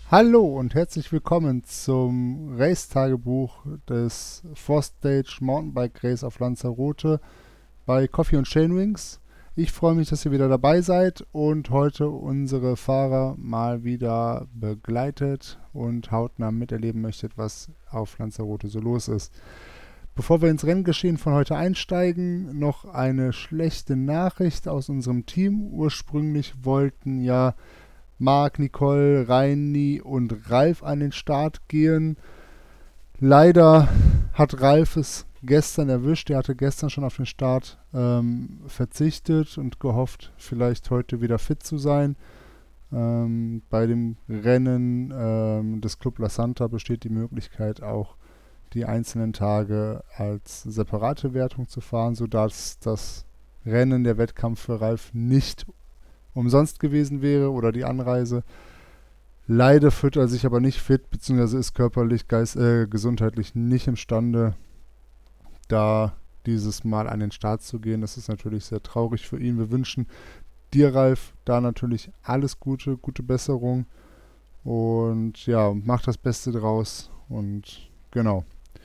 Hallo und herzlich willkommen zum Race-Tagebuch des Four Stage Mountainbike Race auf Lanzarote bei Coffee und Chainwings. Ich freue mich, dass ihr wieder dabei seid und heute unsere Fahrer mal wieder begleitet und hautnah miterleben möchtet, was auf Lanzarote so los ist. Bevor wir ins Renngeschehen von heute einsteigen, noch eine schlechte Nachricht aus unserem Team. Ursprünglich wollten ja Marc, Nicole, Reini und Ralf an den Start gehen. Leider hat Ralf es gestern erwischt. Er hatte gestern schon auf den Start verzichtet und gehofft, vielleicht heute wieder fit zu sein. Bei dem Rennen des Club La Santa besteht die Möglichkeit auch, die einzelnen Tage als separate Wertung zu fahren, sodass das Rennen, der Wettkampf für Ralf nicht umsonst gewesen wäre oder die Anreise. Leider fühlt er sich aber nicht fit, beziehungsweise ist körperlich, gesundheitlich nicht imstande, da dieses Mal an den Start zu gehen. Das ist natürlich sehr traurig für ihn. Wir wünschen dir, Ralf, da natürlich alles Gute, gute Besserung und ja, mach das Beste draus und genau.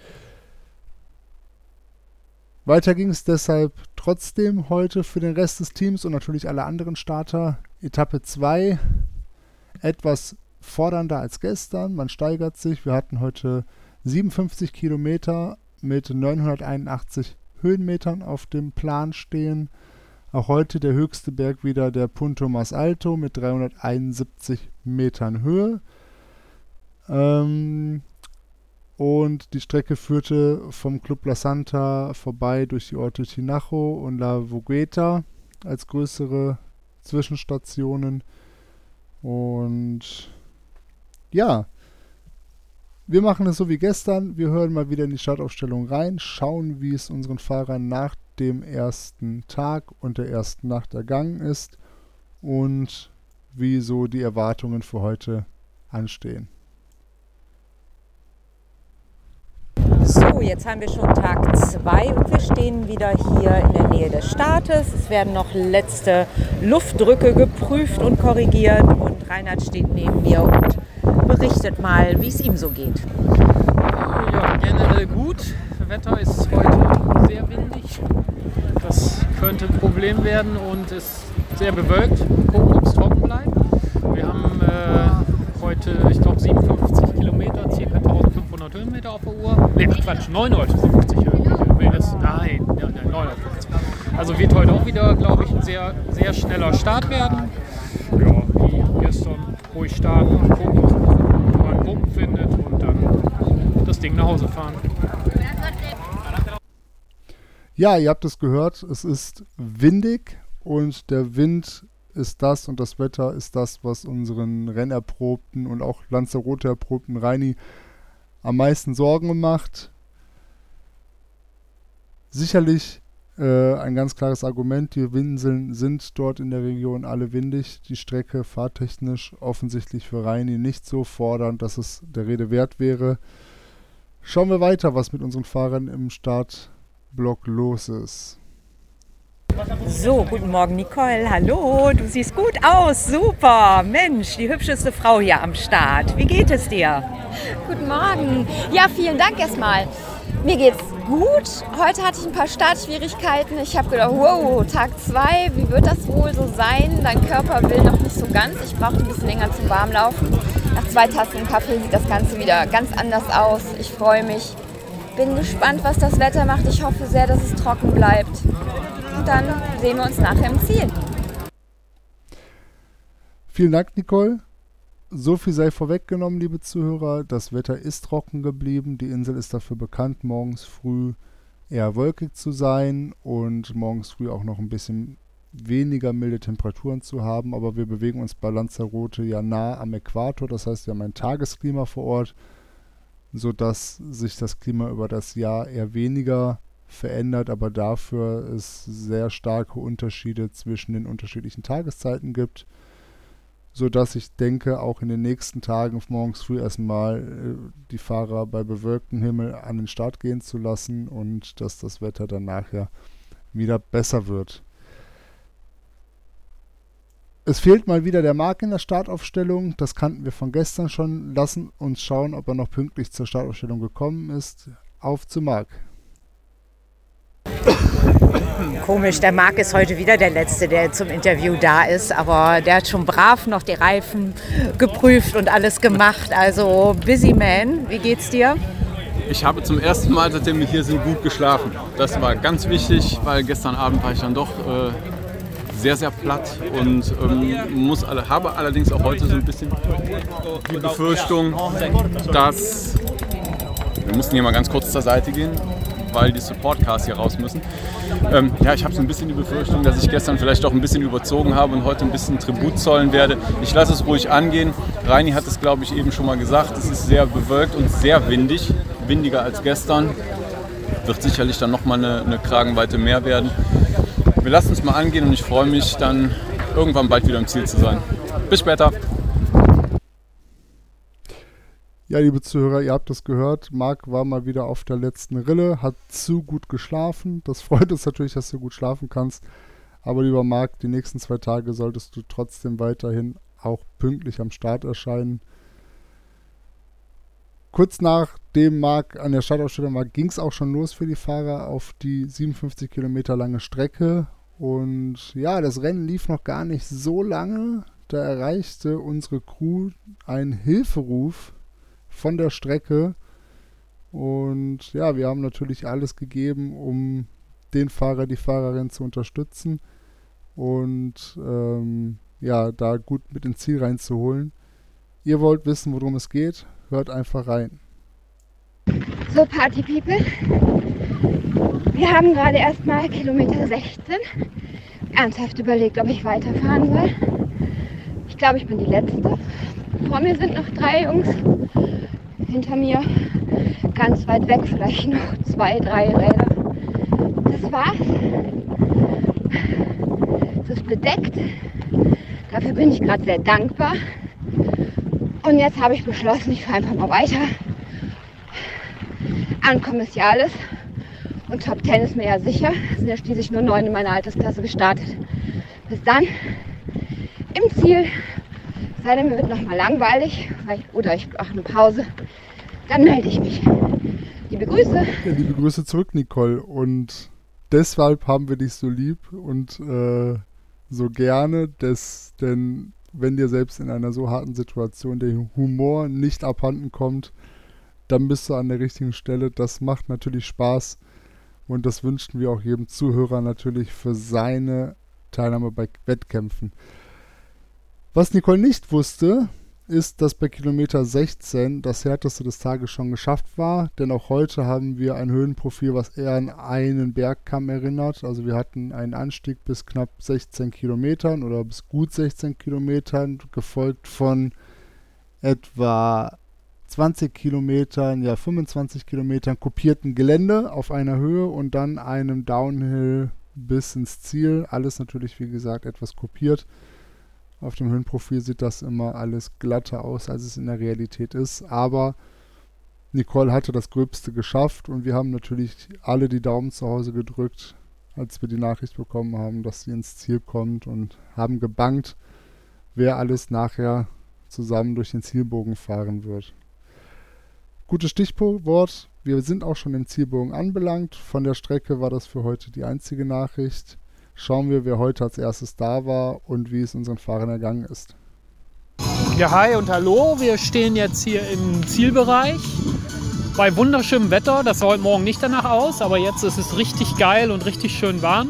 Weiter ging es deshalb trotzdem heute für den Rest des Teams und natürlich alle anderen Starter. Etappe 2, etwas fordernder als gestern. Man steigert sich. Wir hatten heute 57 Kilometer mit 981 Höhenmetern auf dem Plan stehen. Auch heute der höchste Berg wieder der Punto Mas Alto mit 371 Metern Höhe. Und die Strecke führte vom Club La Santa vorbei durch die Orte Tinajo und La Vugueta als größere Zwischenstationen. Und ja, wir machen es so wie gestern. Wir hören mal wieder in die Startaufstellung rein, schauen, wie es unseren Fahrern nach dem ersten Tag und der ersten Nacht ergangen ist und wie so die Erwartungen für heute anstehen. So, jetzt haben wir schon Tag 2 und wir stehen wieder hier in der Nähe des Startes. Es werden noch letzte Luftdrücke geprüft und korrigiert und Reinhard steht neben mir und berichtet mal, wie es ihm so geht. Ja, generell gut. Das Wetter ist heute sehr windig. Das könnte ein Problem werden und ist sehr bewölkt. Gucken, ob es trocken bleibt. Wir haben heute, ich glaube, 57 Kilometer, ca. 1500 Höhenmeter auf der Uhr. Ne, Quatsch, 950 Höhenmeter. Nein, 950. Also wird heute auch wieder, glaube ich, ein sehr, sehr schneller Start werden. Ja, wie gestern, ruhig starten, gucken, ob man einen Punkt findet und dann das Ding nach Hause fahren. Ja, ihr habt es gehört, es ist windig und der Wind ist das und das Wetter ist das, was unseren Rennerprobten und auch Lanzarote erprobten Reini am meisten Sorgen macht. Sicherlich ein ganz klares Argument, die Inseln sind dort in der Region alle windig. Die Strecke fahrtechnisch offensichtlich für Reini nicht so fordernd, dass es der Rede wert wäre. Schauen wir weiter, was mit unseren Fahrern im Startblock los ist. So, guten Morgen Nicole, hallo, du siehst gut aus, super, Mensch, die hübscheste Frau hier am Start. Wie geht es dir? Guten Morgen. Ja, vielen Dank erstmal. Mir geht's gut. Heute hatte ich ein paar Startschwierigkeiten. Ich habe gedacht, wow, Tag 2, wie wird das wohl so sein? Dein Körper will noch nicht so ganz. Ich brauchte ein bisschen länger zum Warmlaufen. Nach 2 Tassen Kaffee sieht das Ganze wieder ganz anders aus. Ich freue mich. Bin gespannt, was das Wetter macht. Ich hoffe sehr, dass es trocken bleibt. Und dann sehen wir uns nachher im Ziel. Vielen Dank, Nicole. So viel sei vorweggenommen, liebe Zuhörer. Das Wetter ist trocken geblieben. Die Insel ist dafür bekannt, morgens früh eher wolkig zu sein und morgens früh auch noch ein bisschen weniger milde Temperaturen zu haben. Aber wir bewegen uns bei Lanzarote ja nah am Äquator. Das heißt, wir haben ein Tagesklima vor Ort, sodass sich das Klima über das Jahr eher weniger verändert, aber dafür es sehr starke Unterschiede zwischen den unterschiedlichen Tageszeiten gibt, sodass ich denke, auch in den nächsten Tagen morgens früh erstmal die Fahrer bei bewölktem Himmel an den Start gehen zu lassen und dass das Wetter dann nachher wieder besser wird. Es fehlt mal wieder der Marc in der Startaufstellung. Das kannten wir von gestern schon. Lassen uns schauen, ob er noch pünktlich zur Startaufstellung gekommen ist. Auf zu Marc. Komisch, der Marc ist heute wieder der Letzte, der zum Interview da ist, aber der hat schon brav noch die Reifen geprüft und alles gemacht. Also busy man, wie geht's dir? Ich habe zum ersten Mal, seitdem wir hier sind, gut geschlafen. Das war ganz wichtig, weil gestern Abend war ich dann doch sehr, sehr platt und habe allerdings auch heute so ein bisschen die Befürchtung, dass... Wir mussten hier mal ganz kurz zur Seite gehen, weil die Supportcars hier raus müssen. Ich habe so ein bisschen die Befürchtung, dass ich gestern vielleicht auch ein bisschen überzogen habe und heute ein bisschen Tribut zollen werde. Ich lasse es ruhig angehen. Reini hat es, glaube ich, eben schon mal gesagt. Es ist sehr bewölkt und sehr windig. Windiger als gestern. Wird sicherlich dann nochmal eine Kragenweite mehr werden. Wir lassen es mal angehen und ich freue mich dann irgendwann bald wieder im Ziel zu sein. Bis später. Ja, liebe Zuhörer, ihr habt es gehört. Marc war mal wieder auf der letzten Rille, hat zu gut geschlafen. Das freut uns natürlich, dass du gut schlafen kannst. Aber lieber Marc, die nächsten 2 Tage solltest du trotzdem weiterhin auch pünktlich am Start erscheinen. Kurz nachdem Marc an der Startaufstellung war, ging es auch schon los für die Fahrer auf die 57 Kilometer lange Strecke. Und ja, das Rennen lief noch gar nicht so lange. Da erreichte unsere Crew einen Hilferuf von der Strecke. Und ja, wir haben natürlich alles gegeben, um den Fahrer, die Fahrerin zu unterstützen und da gut mit ins Ziel reinzuholen. Ihr wollt wissen, worum es geht? Hört einfach rein. So, Party People. Wir haben gerade erstmal Kilometer 16 ernsthaft überlegt, ob ich weiterfahren soll. Ich glaube, ich bin die Letzte. Vor mir sind noch 3 Jungs. Hinter mir ganz weit weg vielleicht noch 2, 3 Räder. Das war's. Es ist bedeckt. Dafür bin ich gerade sehr dankbar. Und jetzt habe ich beschlossen, ich fahre einfach mal weiter. Ankommen ist ja alles. Und Top 10 ist mir ja sicher. Es sind ja schließlich nur 9 in meiner Altersklasse gestartet. Bis dann. Im Ziel. Sei denn, mir wird nochmal langweilig. Oder ich mache eine Pause. Dann melde ich mich. Liebe Grüße. Ja, liebe Grüße zurück, Nicole. Und deshalb haben wir dich so lieb und so gerne. Denn wenn dir selbst in einer so harten Situation der Humor nicht abhanden kommt, dann bist du an der richtigen Stelle. Das macht natürlich Spaß und das wünschen wir auch jedem Zuhörer natürlich für seine Teilnahme bei Wettkämpfen. Was Nicole nicht wusste, ist, dass bei Kilometer 16 das härteste des Tages schon geschafft war, denn auch heute haben wir ein Höhenprofil, was eher an einen Bergkamm erinnert. Also wir hatten einen Anstieg bis knapp 16 Kilometern oder bis gut 16 Kilometern, gefolgt von etwa 20 Kilometern, 25 Kilometern kopierten Gelände auf einer Höhe und dann einem Downhill bis ins Ziel. Alles natürlich, wie gesagt, etwas kopiert. Auf dem Höhenprofil sieht das immer alles glatter aus, als es in der Realität ist. Aber Nicole hatte das Gröbste geschafft und wir haben natürlich alle die Daumen zu Hause gedrückt, als wir die Nachricht bekommen haben, dass sie ins Ziel kommt und haben gebangt, wer alles nachher zusammen durch den Zielbogen fahren wird. Gutes Stichwort, wir sind auch schon im Zielbogen anbelangt. Von der Strecke war das für heute die einzige Nachricht. Schauen wir, wer heute als erstes da war und wie es unseren Fahrern ergangen ist. Ja, hi und hallo. Wir stehen jetzt hier im Zielbereich bei wunderschönem Wetter. Das sah heute Morgen nicht danach aus, aber jetzt ist es richtig geil und richtig schön warm.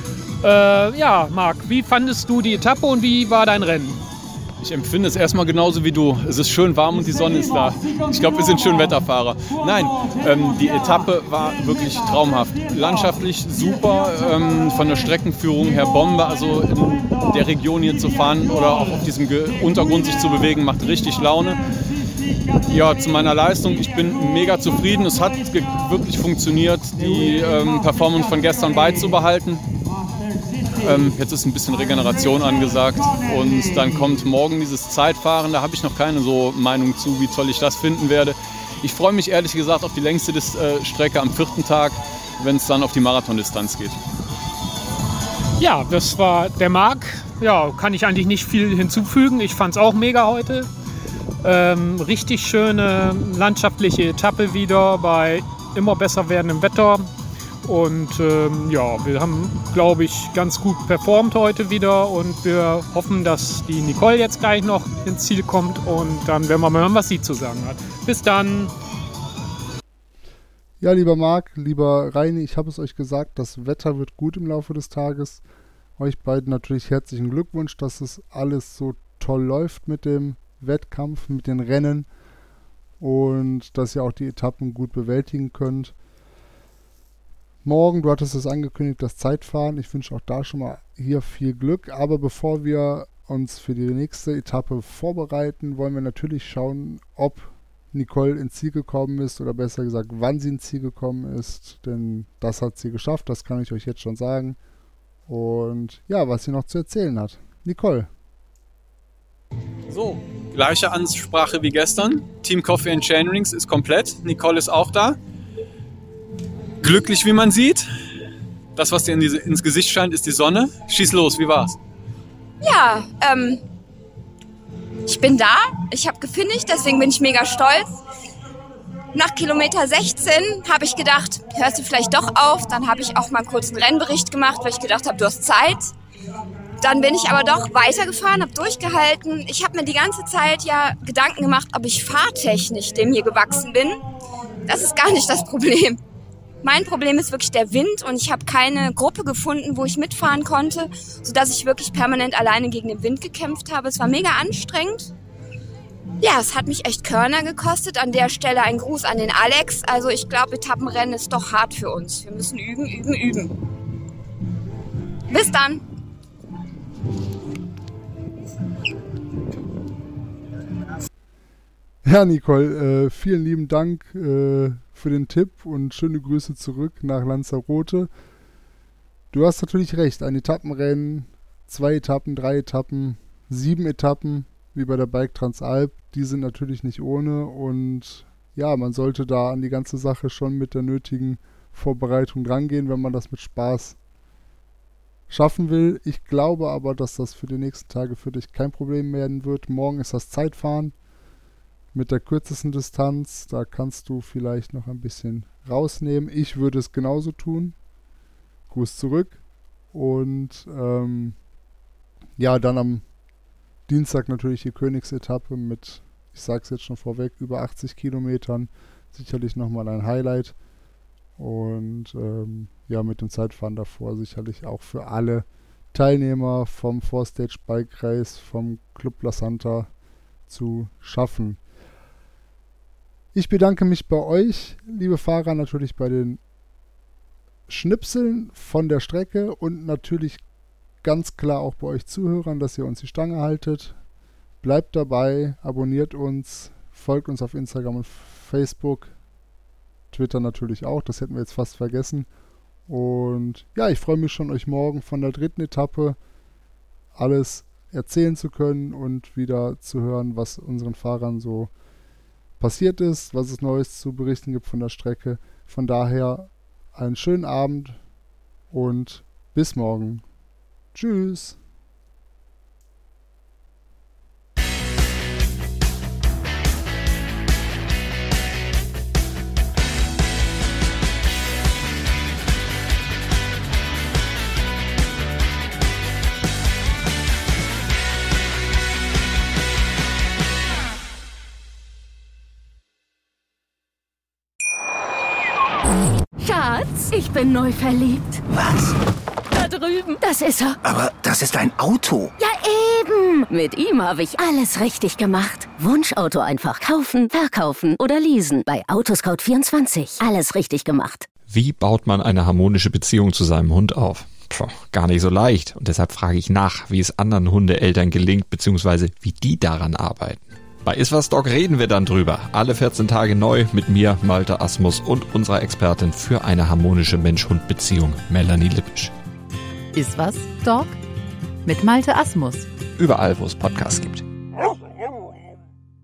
Marc, wie fandest du die Etappe und wie war dein Rennen? Ich empfinde es erstmal genauso wie du. Es ist schön warm und die Sonne ist da. Ich glaube, wir sind Schönwetterfahrer. Nein, die Etappe war wirklich traumhaft. Landschaftlich super, von der Streckenführung her Bombe. Also in der Region hier zu fahren oder auch auf diesem Untergrund sich zu bewegen, macht richtig Laune. Ja, zu meiner Leistung, ich bin mega zufrieden. Es hat wirklich funktioniert, die Performance von gestern beizubehalten. Jetzt ist ein bisschen Regeneration angesagt und dann kommt morgen dieses Zeitfahren. Da habe ich noch keine so Meinung zu, wie toll ich das finden werde. Ich freue mich ehrlich gesagt auf die längste Strecke am 4. Tag, wenn es dann auf die Marathondistanz geht. Ja, das war der Marc, ja, kann ich eigentlich nicht viel hinzufügen. Ich fand es auch mega heute. Richtig schöne landschaftliche Etappe wieder bei immer besser werdendem Wetter. Und ja, wir haben, glaube ich, ganz gut performt heute wieder und wir hoffen, dass die Nicole jetzt gleich noch ins Ziel kommt und dann werden wir mal hören, was sie zu sagen hat. Bis dann! Ja, lieber Marc, lieber Reini, ich habe es euch gesagt, das Wetter wird gut im Laufe des Tages. Euch beiden natürlich herzlichen Glückwunsch, dass es alles so toll läuft mit dem Wettkampf, mit den Rennen und dass ihr auch die Etappen gut bewältigen könnt. Morgen, du hattest es angekündigt, das Zeitfahren. Ich wünsche auch da schon mal hier viel Glück. Aber bevor wir uns für die nächste Etappe vorbereiten, wollen wir natürlich schauen, ob Nicole ins Ziel gekommen ist oder besser gesagt, wann sie ins Ziel gekommen ist. Denn das hat sie geschafft, das kann ich euch jetzt schon sagen. Und ja, was sie noch zu erzählen hat. Nicole. So, gleiche Ansprache wie gestern. Team Coffee & Chainrings ist komplett. Nicole ist auch da. Glücklich, wie man sieht. Das, was dir ins Gesicht scheint, ist die Sonne. Schieß los, wie war's? Ja, ich bin da. Ich habe gefinisht, deswegen bin ich mega stolz. Nach Kilometer 16 habe ich gedacht, hörst du vielleicht doch auf. Dann habe ich auch mal kurz einen Rennbericht gemacht, weil ich gedacht habe, du hast Zeit. Dann bin ich aber doch weitergefahren, habe durchgehalten. Ich habe mir die ganze Zeit ja Gedanken gemacht, ob ich fahrtechnisch dem hier gewachsen bin. Das ist gar nicht das Problem. Mein Problem ist wirklich der Wind und ich habe keine Gruppe gefunden, wo ich mitfahren konnte, sodass ich wirklich permanent alleine gegen den Wind gekämpft habe. Es war mega anstrengend. Ja, es hat mich echt Körner gekostet. An der Stelle ein Gruß an den Alex. Also ich glaube, Etappenrennen ist doch hart für uns. Wir müssen üben, üben, üben. Bis dann. Ja, Nicole, vielen lieben Dank für den Tipp und schöne Grüße zurück nach Lanzarote. Du hast natürlich recht, ein Etappenrennen, 2 Etappen, 3 Etappen, 7 Etappen, wie bei der Bike Transalp, die sind natürlich nicht ohne und ja, man sollte da an die ganze Sache schon mit der nötigen Vorbereitung drangehen, wenn man das mit Spaß schaffen will. Ich glaube aber, dass das für die nächsten Tage für dich kein Problem werden wird. Morgen ist das Zeitfahren mit der kürzesten Distanz. Da kannst du vielleicht noch ein bisschen rausnehmen. Ich würde es genauso tun. Gruß zurück. Und ja, dann am Dienstag natürlich die Königsetappe mit, ich sage es jetzt schon vorweg, über 80 Kilometern. Sicherlich nochmal ein Highlight. Und ja, mit dem Zeitfahren davor sicherlich auch für alle Teilnehmer vom Four-Stage Bike Race, vom Club La Santa zu schaffen. Ich bedanke mich bei euch, liebe Fahrer, natürlich bei den Schnipseln von der Strecke und natürlich ganz klar auch bei euch Zuhörern, dass ihr uns die Stange haltet. Bleibt dabei, abonniert uns, folgt uns auf Instagram und Facebook, Twitter natürlich auch, das hätten wir jetzt fast vergessen. Und ja, ich freue mich schon, euch morgen von der 3. Etappe alles erzählen zu können und wieder zu hören, was unseren Fahrern so passiert ist, was es Neues zu berichten gibt von der Strecke. Von daher einen schönen Abend und bis morgen. Tschüss. Schatz, ich bin neu verliebt. Was? Da drüben. Das ist er. Aber das ist ein Auto. Ja, eben. Mit ihm habe ich alles richtig gemacht. Wunschauto einfach kaufen, verkaufen oder leasen. Bei Autoscout24. Alles richtig gemacht. Wie baut man eine harmonische Beziehung zu seinem Hund auf? Gar nicht so leicht. Und deshalb frage ich nach, wie es anderen Hundeeltern gelingt, beziehungsweise wie die daran arbeiten. Bei Iswas Dog reden wir dann drüber. Alle 14 Tage neu mit mir, Malte Asmus und unserer Expertin für eine harmonische Mensch-Hund-Beziehung, Melanie Lippisch. Iswas Dog mit Malte Asmus. Überall, wo es Podcasts gibt.